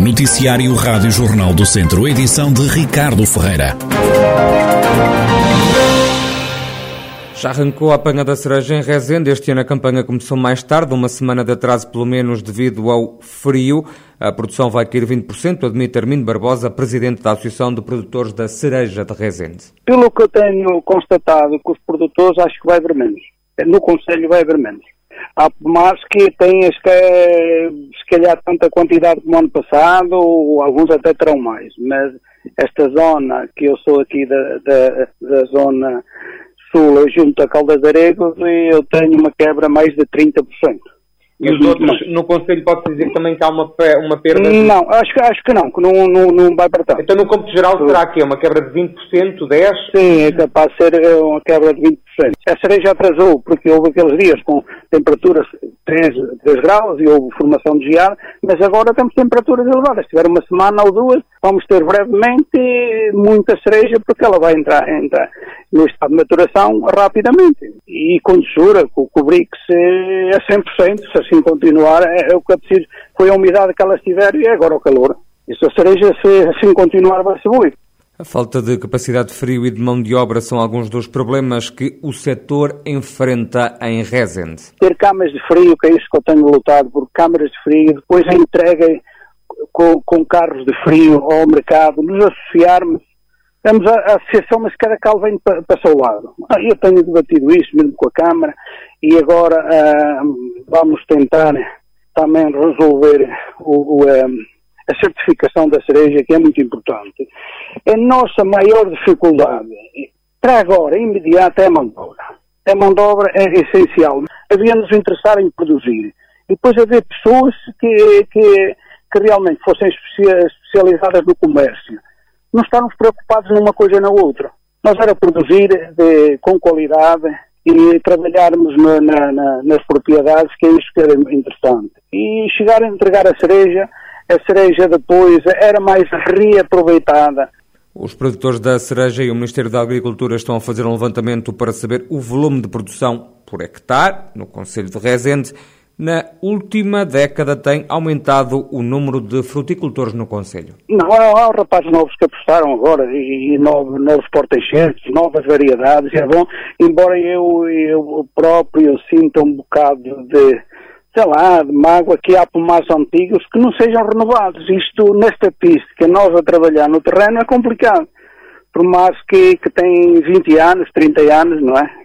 Noticiário Rádio Jornal do Centro, edição de Ricardo Ferreira. Já arrancou a apanha da cereja em Rezende. Este ano a campanha começou mais tarde, uma semana de atraso pelo menos devido ao frio. A produção vai cair 20%, admite Armindo Barbosa, presidente da Associação de Produtores da Cereja de Rezende. Pelo que eu tenho constatado com os produtores, acho que vai haver menos. No Conselho vai haver menos. Há pomares que têm, se calhar, tanta quantidade como ano passado, ou alguns até terão mais. Mas esta zona, que eu sou aqui da zona sul, junto a Caldas de Aregos, eu tenho uma quebra mais de 30%. E os outros, no Conselho, pode-se dizer também que há uma perda? Não, acho que não vai para tanto. Então, no cômputo geral, será que é uma quebra de 20%, 10%? Sim, é capaz de ser uma quebra de 20%. A cereja atrasou, porque houve aqueles dias com temperaturas 3 graus e houve formação de geada, mas agora temos temperaturas elevadas. Se tiver uma semana ou duas, vamos ter brevemente muita cereja, porque ela vai entrar no estado de maturação rapidamente. E com doçura, com o BRICS é 100%, se assim continuar, é o que é preciso. Foi a umidade que elas tiveram e é agora o calor. E se a cereja, se assim continuar, vai subir. A falta de capacidade de frio e de mão de obra são alguns dos problemas que o setor enfrenta em Rezende. Ter câmaras de frio, que é isso que eu tenho lutado, por câmaras de frio, depois a entrega com carros de frio ao mercado, nos associarmos. Temos a associação, mas cada carro vem para o seu lado. Eu tenho debatido isso mesmo com a Câmara e agora vamos tentar também resolver a certificação da cereja, que é muito importante. A nossa maior dificuldade, para agora, imediata, é a mão de obra. A mão de obra é essencial. Havia-nos interessar em produzir. E depois haver pessoas que realmente fossem especializadas no comércio. Não estamos preocupados numa coisa ou na outra. Nós era produzir com qualidade e trabalharmos nas propriedades, que é isso que era interessante. E chegar a entregar a cereja depois era mais reaproveitada. Os produtores da cereja e o Ministério da Agricultura estão a fazer um levantamento para saber o volume de produção por hectare no Concelho de Rezende. Na última década tem aumentado o número de fruticultores no Concelho. Não, há rapazes novos que apostaram agora e novos porta-enxertos, novas variedades, é bom, embora eu próprio sinta um bocado de mágoa que há pomares antigos que não sejam renovados. Isto, nesta pista, que nós a trabalhar no terreno, é complicado. Pomares que têm 20 anos, 30 anos, não é?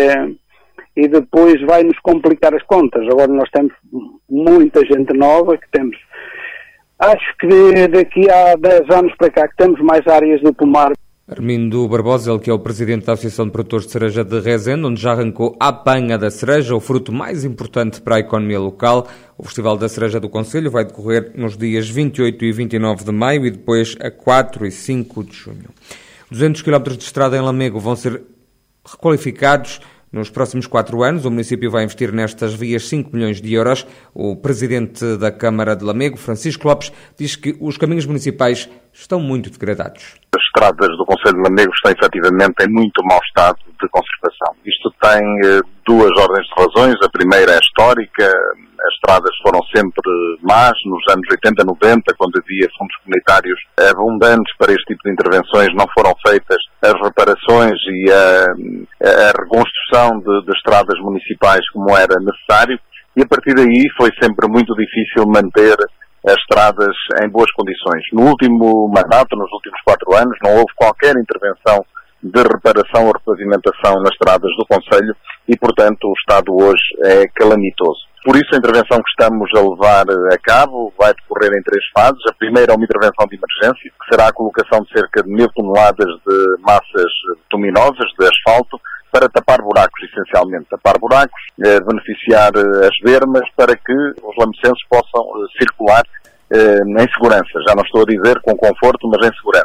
E depois vai-nos complicar as contas. Agora nós temos muita gente nova que temos. Acho que daqui a 10 anos para cá que temos mais áreas do pomar. Armindo Barbosa, ele que é o presidente da Associação de Produtores de Cereja de Rezende, onde já arrancou a apanha da cereja, o fruto mais importante para a economia local. O Festival da Cereja do Concelho vai decorrer nos dias 28 e 29 de maio e depois a 4 e 5 de junho. 200 km de estrada em Lamego vão ser requalificados nos próximos 4 anos. O município vai investir nestas vias 5 milhões de euros. O presidente da Câmara de Lamego, Francisco Lopes, diz que os caminhos municipais estão muito degradados. As estradas do Concelho de Lamego estão efetivamente em muito mau estado de conservação. Isto tem duas ordens de razões. A primeira é histórica. As estradas foram sempre más. Nos anos 80, 90, quando havia fundos comunitários abundantes para este tipo de intervenções, não foram feitas as reparações e a reconstrução de estradas municipais como era necessário. E a partir daí foi sempre muito difícil manter as estradas em boas condições. No último mandato, nos últimos 4 anos, não houve qualquer intervenção de reparação ou repavimentação nas estradas do Concelho e, portanto, o estado hoje é calamitoso. Por isso, a intervenção que estamos a levar a cabo vai decorrer em 3 fases. A primeira é uma intervenção de emergência, que será a colocação de cerca de 1000 toneladas de massas bituminosas, de asfalto, para tapar buracos, essencialmente. Tapar buracos, beneficiar as bermas para que os lamecenses possam circular em segurança. Já não estou a dizer com conforto, mas em segurança.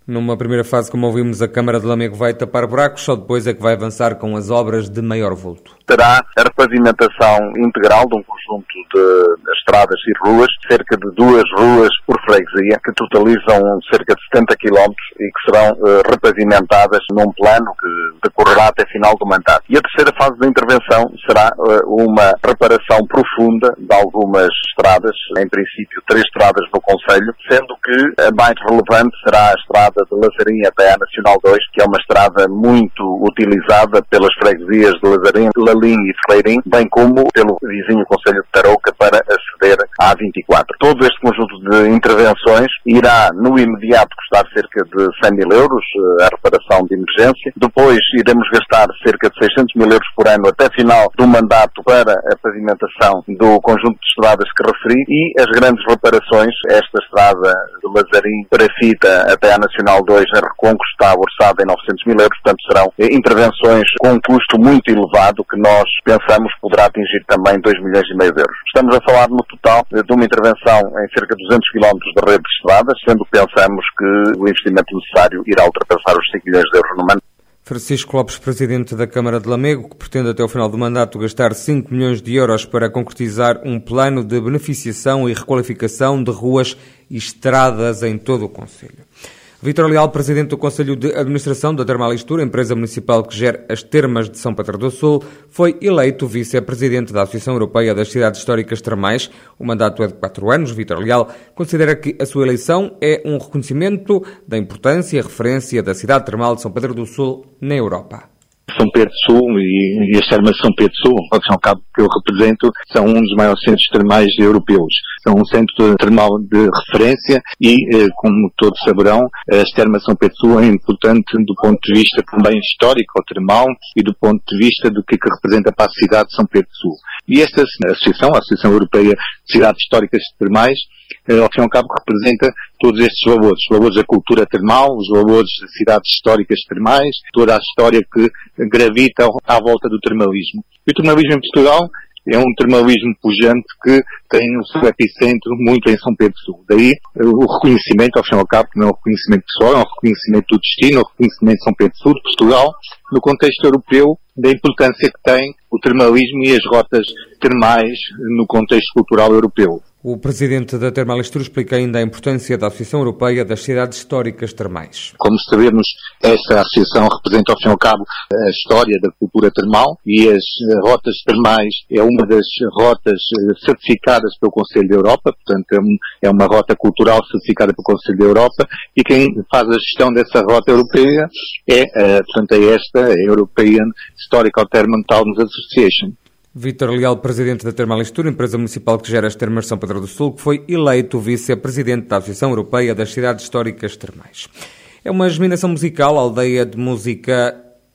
Numa primeira fase, como ouvimos, a Câmara de Lamego vai tapar buracos, só depois é que vai avançar com as obras de maior vulto. Terá a repavimentação integral de um conjunto de estradas e ruas, cerca de 2 ruas por freguesia, que totalizam cerca de 70 km e que serão repavimentadas num plano que decorrerá até final do mandato. E a terceira fase da intervenção será uma reparação profunda de algumas estradas, em princípio 3 estradas no concelho, sendo que a mais relevante será a estrada de Lazarim até à Nacional 2, que é uma estrada muito utilizada pelas freguesias de Lazarim, Lalim e Ferreirim, bem como pelo vizinho concelho de Tarouca para aceder à A24. Todo este conjunto de intervenções irá no imediato custar cerca de 100 mil euros, a reparação de emergência. Depois iremos gastar cerca de 600 mil euros por ano até final do mandato para a pavimentação do conjunto de estradas que referi e as grandes reparações, esta estrada de Lazarim para Fita até à Nacional 2 a Reconco está orçada em 900 mil euros, portanto serão intervenções com um custo muito elevado que nós pensamos poderá atingir também 2,5 milhões de euros. Estamos a falar no total de uma intervenção em cerca de 200 km de rede de estradas, sendo que pensamos que o investimento necessário irá ultrapassar os 5 milhões de euros no ano. Francisco Lopes, presidente da Câmara de Lamego, que pretende até o final do mandato gastar 5 milhões de euros para concretizar um plano de beneficiação e requalificação de ruas e estradas em todo o concelho. Vítor Leal, presidente do Conselho de Administração da Termalistur, empresa municipal que gera as termas de São Pedro do Sul, foi eleito vice-presidente da Associação Europeia das Cidades Históricas Termais. O mandato é de 4 anos. Vítor Leal considera que a sua eleição é um reconhecimento da importância e referência da cidade termal de São Pedro do Sul na Europa. São Pedro do Sul e as termas de São Pedro do Sul, ao fim e ao cabo que eu represento, são um dos maiores centros termais europeus. São um centro termal de referência e, como todos saberão, as termas de São Pedro do Sul é importante do ponto de vista também histórico ou termal e do ponto de vista do que representa para a cidade de São Pedro do Sul. E esta associação, a Associação Europeia de Cidades Históricas Termais, ao fim e ao cabo representa todos estes valores. Os valores da cultura termal, os valores das cidades históricas termais, toda a história que gravita à volta do termalismo. E o termalismo em Portugal é um termalismo pujante que tem o seu epicentro muito em São Pedro do Sul. Daí o reconhecimento, ao fim e ao cabo, que não é um reconhecimento pessoal, é um reconhecimento do destino, é um reconhecimento de São Pedro do Sul, de Portugal, no contexto europeu, da importância que tem o termalismo e as rotas termais no contexto cultural europeu. O presidente da Termalistur explica ainda a importância da Associação Europeia das Cidades Históricas Termais. Como sabemos, esta associação representa, ao fim e ao cabo, a história da cultura termal e as rotas termais é uma das rotas certificadas pelo Conselho da Europa, portanto é uma rota cultural certificada pelo Conselho da Europa e quem faz a gestão dessa rota europeia é esta, a European Historical Thermal Towns Association. Vítor Leal, presidente da Termalistur, empresa municipal que gera as termas de São Pedro do Sul, que foi eleito vice-presidente da Associação Europeia das Cidades Históricas Termais. É uma germinação musical, a aldeia de música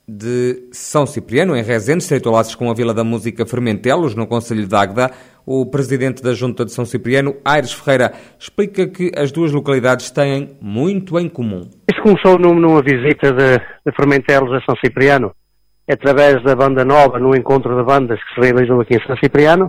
de São Cipriano, em Rezende, estreito laços com a Vila da Música Fermentelos, no concelho de Águeda. O presidente da Junta de São Cipriano, Aires Ferreira, explica que as duas localidades têm muito em comum. Isto começou numa visita de Fermentelos a São Cipriano, através da Banda Nova, no encontro de bandas que se realizou aqui em São Cipriano,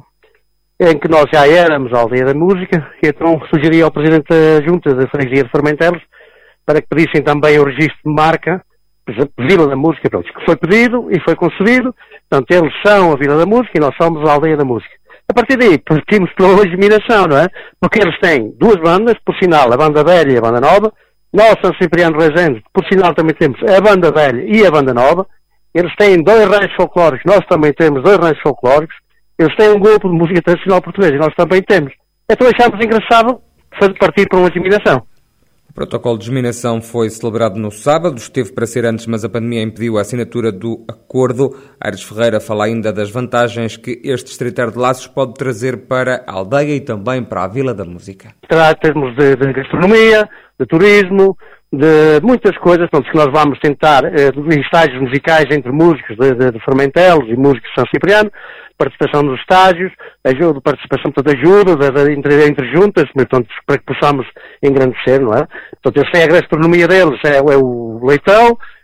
em que nós já éramos a aldeia da música, e então sugeri ao Presidente da Junta da Freguesia de Fermentelos para que pedissem também o registro de marca, Vila da Música, que foi pedido e foi concedido. Portanto, eles são a Vila da Música e nós somos a aldeia da música. A partir daí, partimos pela germinação, não é? Porque eles têm duas bandas, por sinal, a Banda Velha e a Banda Nova. Nós, São Cipriano Rezende, por sinal, também temos a Banda Velha e a Banda Nova. Eles têm 2 ranchos folclóricos, nós também temos 2 ranchos folclóricos. Eles têm um grupo de música tradicional portuguesa e nós também temos. Então achámos engraçado partir para uma germinação. O protocolo de germinação foi celebrado no sábado, esteve para ser antes, mas a pandemia impediu a assinatura do acordo. Aires Ferreira fala ainda das vantagens que este estreitar de laços pode trazer para a aldeia e também para a Vila da Música. Terá termos de gastronomia, de turismo, de muitas coisas, portanto, que nós vamos tentar estágios musicais entre músicos de Fermentelos e músicos de São Cipriano, participação nos estágios, participação, portanto, ajuda entre juntas, portanto, para que possamos engrandecer, não é? Portanto, eles têm a gastronomia deles, é o leitão,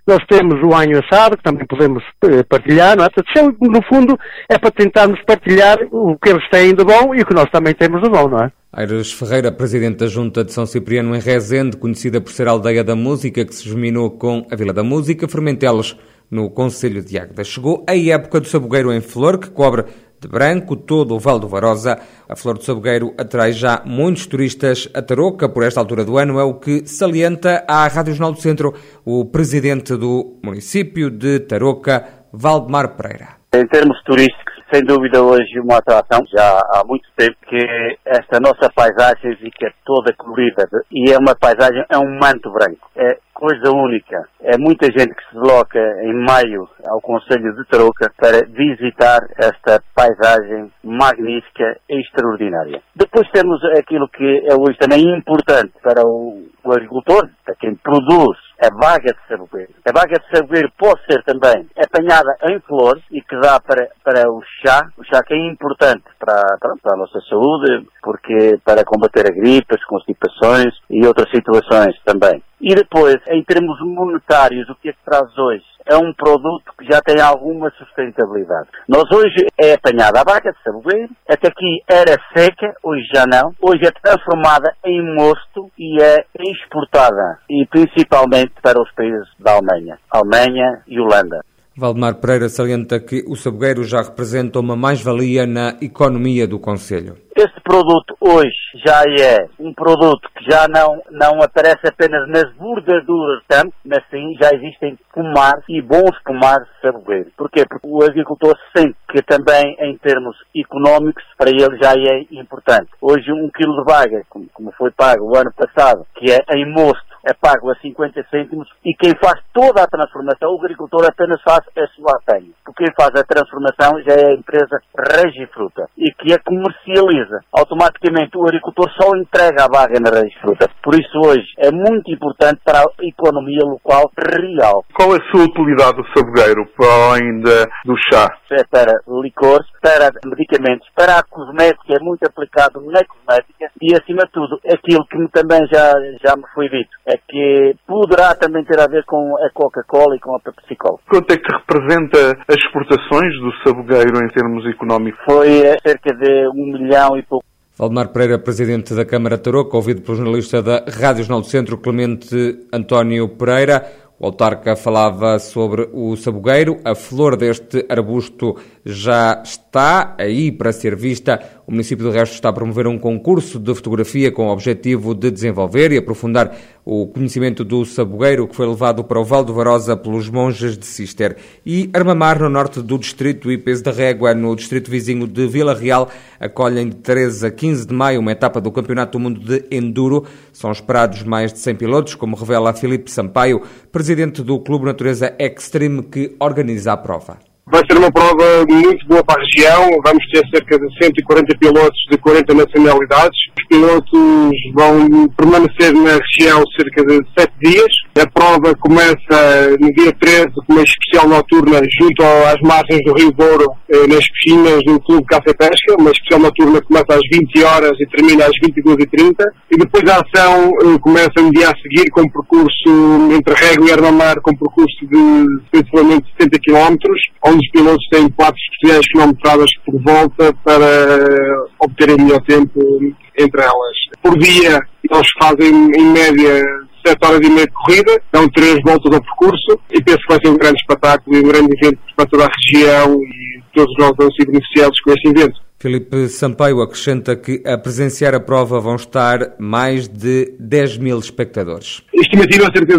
Nós temos o anho assado, que também podemos partilhar, não é? Portanto, no fundo, é para tentarmos partilhar o que eles têm de bom e o que nós também temos de bom, não é? Aires Ferreira, presidente da Junta de São Cipriano em Rezende, conhecida por ser a aldeia da música, que se germinou com a Vila da Música, Fermentelos, no concelho de Águeda. Chegou a época do sabogueiro em flor, que cobre de branco todo o Val do Varosa. A flor do sabogueiro atrai já muitos turistas a Tarouca por esta altura do ano, é o que salienta à Rádio Jornal do Centro o presidente do município de Tarouca, Valdemar Pereira. Em termos turísticos, sem dúvida hoje uma atração, já há muito tempo, que esta nossa paisagem fica toda colorida e é uma paisagem, é um manto branco, é coisa única. É muita gente que se desloca em maio ao concelho de Tarouca para visitar esta paisagem magnífica e extraordinária. Depois temos aquilo que é hoje também importante para o agricultor, para quem produz a baga de sabogueiro. A baga de sabogueiro pode ser também apanhada em flor e que dá para o chá que é importante para a nossa saúde, porque para combater a gripe, as constipações e outras situações também. E depois, em termos monetários, o que é que traz hoje? É um produto que já tem alguma sustentabilidade. Nós hoje é apanhada a baga de sabogueiro, até aqui era seca, hoje já não. Hoje é transformada em mosto e é exportada, e principalmente para os países da Alemanha e Holanda. Valdemar Pereira salienta que o sabogueiro já representa uma mais-valia na economia do concelho. Este produto hoje já é um produto que já não aparece apenas nas bordaduras de campo, mas sim já existem pomares e bons pomares de sabogueiro. Porquê? Porque o agricultor sente que também em termos económicos para ele já é importante. Hoje 1 quilo de baga, como foi pago o ano passado, que é em mosto, é pago a 50 cêntimos e quem faz toda a transformação, o agricultor apenas faz a sua apanha. Porque quem faz a transformação já é a empresa Regifruta e que a comercializa. Automaticamente o agricultor só entrega a baga na Regifruta. Por isso hoje é muito importante para a economia local real. Qual é a sua utilidade do sabogueiro, para além do chá? É para licores, para medicamentos, para a cosmética, é muito aplicado na cosmética e acima de tudo, aquilo que também já me foi dito, é que poderá também ter a ver com a Coca-Cola e com a PepsiCo. Quanto é que representa as exportações do sabogueiro em termos económicos? Foi cerca de 1 milhão e pouco. Valdemar Pereira, presidente da Câmara de Tarouca, ouvido pelo jornalista da Rádio Jornal do Centro, Clemente António Pereira. O autarca falava sobre o sabogueiro. A flor deste arbusto já está aí para ser vista. O município, do resto, está a promover um concurso de fotografia com o objetivo de desenvolver e aprofundar o conhecimento do sabogueiro, que foi levado para o Val do Varosa pelos monges de Cister. E Armamar, no norte do distrito, e Peso da Régua, no distrito vizinho de Vila Real, acolhem de 13 a 15 de maio uma etapa do Campeonato do Mundo de Enduro. São esperados mais de 100 pilotos, como revela Filipe Sampaio, presidente do Clube Natureza Extreme, que organiza a prova. Vai ser uma prova muito boa para a região. Vamos ter cerca de 140 pilotos de 40 nacionalidades. Os pilotos vão permanecer na região cerca de 7 dias. A prova começa no dia 13, com uma especial noturna junto às margens do Rio Douro, nas piscinas do Clube Caça e Pesca. Uma especial noturna começa às 20 horas e termina às 22h30. E depois a ação começa no dia a seguir com um percurso entre Régua e Armamar, com um percurso de sensivelmente 70 km, onde os pilotos têm 4 especiais quilometradas por volta para obterem o melhor tempo entre elas. Por dia, eles fazem em média 7 horas e meia de corrida, dão 3 voltas ao percurso e penso que vai ser um grande espetáculo e um grande evento para toda a região e todos nós vamos ser beneficiados com este evento. Filipe Sampaio acrescenta que a presenciar a prova vão estar mais de 10 mil espectadores. Estimativa cerca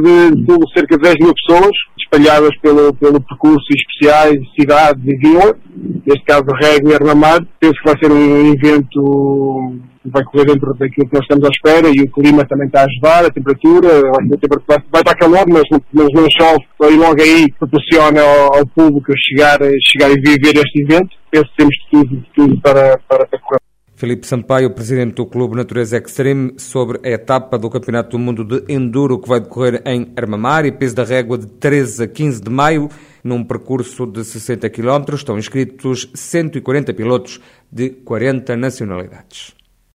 de 10 mil pessoas, espalhadas pelo percurso especiais, cidades e vila, neste caso Régua e Armamar. Penso que vai ser um evento que vai correr dentro daquilo que nós estamos à espera e o clima também está a ajudar, a temperatura vai estar calor, mas não chove, e logo aí proporciona ao público chegar e viver este evento. Penso que temos tudo para correr. Filipe Sampaio, presidente do Clube Natureza Extreme, sobre a etapa do Campeonato do Mundo de Enduro que vai decorrer em Armamar e Peso da Régua de 13 a 15 de maio, num percurso de 60 km. Estão inscritos 140 pilotos de 40 nacionalidades.